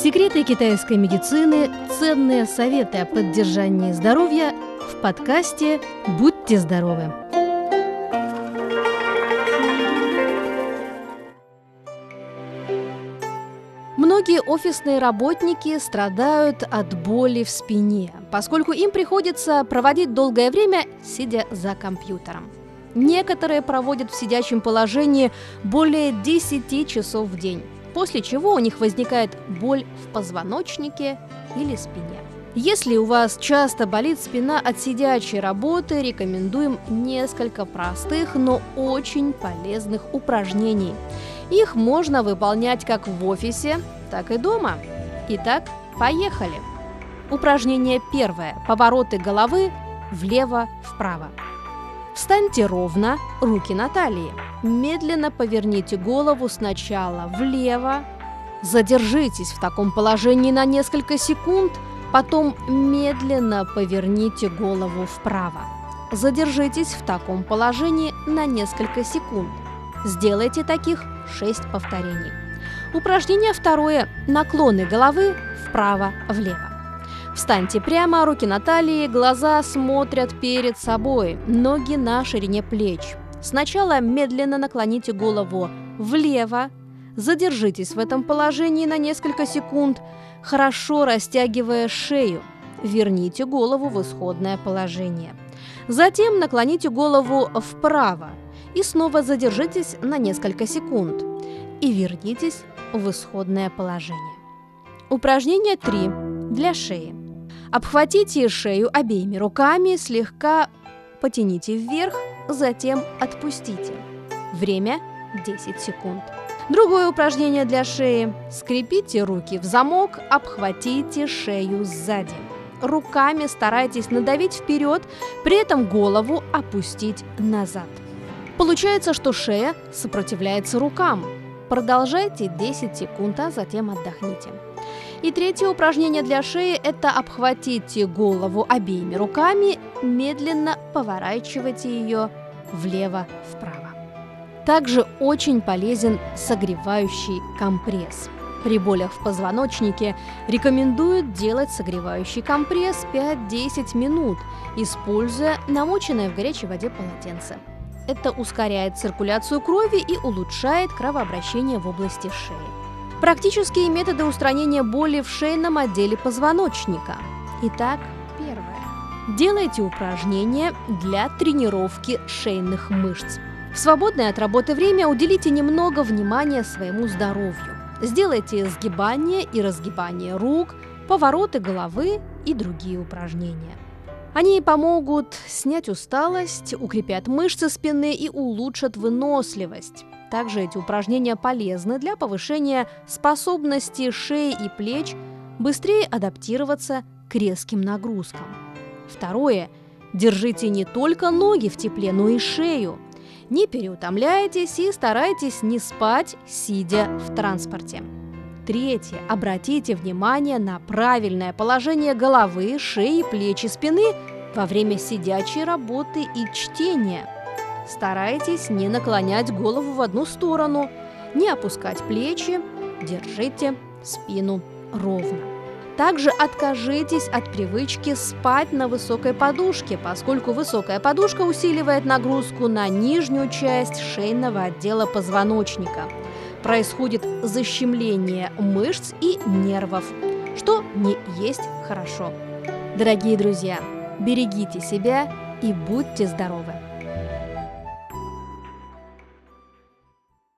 Секреты китайской медицины, ценные советы о поддержании здоровья в подкасте «Будьте здоровы». Многие офисные работники страдают от боли в спине, поскольку им приходится проводить долгое время, сидя за компьютером. Некоторые проводят в сидячем положении более 10 часов в день, после чего у них возникает боль в позвоночнике или спине. Если у вас часто болит спина от сидячей работы, рекомендуем несколько простых, но очень полезных упражнений. Их можно выполнять как в офисе, так и дома. Итак, поехали! Упражнение первое. Повороты головы влево-вправо. Встаньте ровно, руки на талии. Медленно поверните голову сначала влево. Задержитесь в таком положении на несколько секунд, потом медленно поверните голову вправо. Задержитесь в таком положении на несколько секунд. Сделайте таких 6 повторений. Упражнение второе. Наклоны головы вправо-влево. Встаньте прямо, руки на талии, глаза смотрят перед собой, ноги на ширине плеч. Сначала медленно наклоните голову влево, задержитесь в этом положении на несколько секунд, хорошо растягивая шею. Верните голову в исходное положение. Затем наклоните голову вправо и снова задержитесь на несколько секунд и вернитесь в исходное положение. Упражнение 3 для шеи. Обхватите шею обеими руками, слегка потяните вверх, затем отпустите. Время 10 секунд. Другое упражнение для шеи. Скрепите руки в замок, обхватите шею сзади. Руками старайтесь надавить вперед, при этом голову опустить назад. Получается, что шея сопротивляется рукам. Продолжайте 10 секунд, а затем отдохните. И третье упражнение для шеи – это обхватите голову обеими руками, медленно поворачивайте ее влево-вправо. Также очень полезен согревающий компресс. При болях в позвоночнике рекомендуют делать согревающий компресс 5-10 минут, используя намоченное в горячей воде полотенце. Это ускоряет циркуляцию крови и улучшает кровообращение в области шеи. Практические методы устранения боли в шейном отделе позвоночника. Итак, первое. Делайте упражнения для тренировки шейных мышц. В свободное от работы время уделите немного внимания своему здоровью. Сделайте сгибание и разгибание рук, повороты головы и другие упражнения. Они помогут снять усталость, укрепят мышцы спины и улучшат выносливость. Также эти упражнения полезны для повышения способности шеи и плеч быстрее адаптироваться к резким нагрузкам. Второе. Держите не только ноги в тепле, но и шею. Не переутомляйтесь и старайтесь не спать, сидя в транспорте. Третье. Обратите внимание на правильное положение головы, шеи, плеч и спины во время сидячей работы и чтения. Старайтесь не наклонять голову в одну сторону, не опускать плечи, держите спину ровно. Также откажитесь от привычки спать на высокой подушке, поскольку высокая подушка усиливает нагрузку на нижнюю часть шейного отдела позвоночника. Происходит защемление мышц и нервов, что не есть хорошо. Дорогие друзья, берегите себя и будьте здоровы!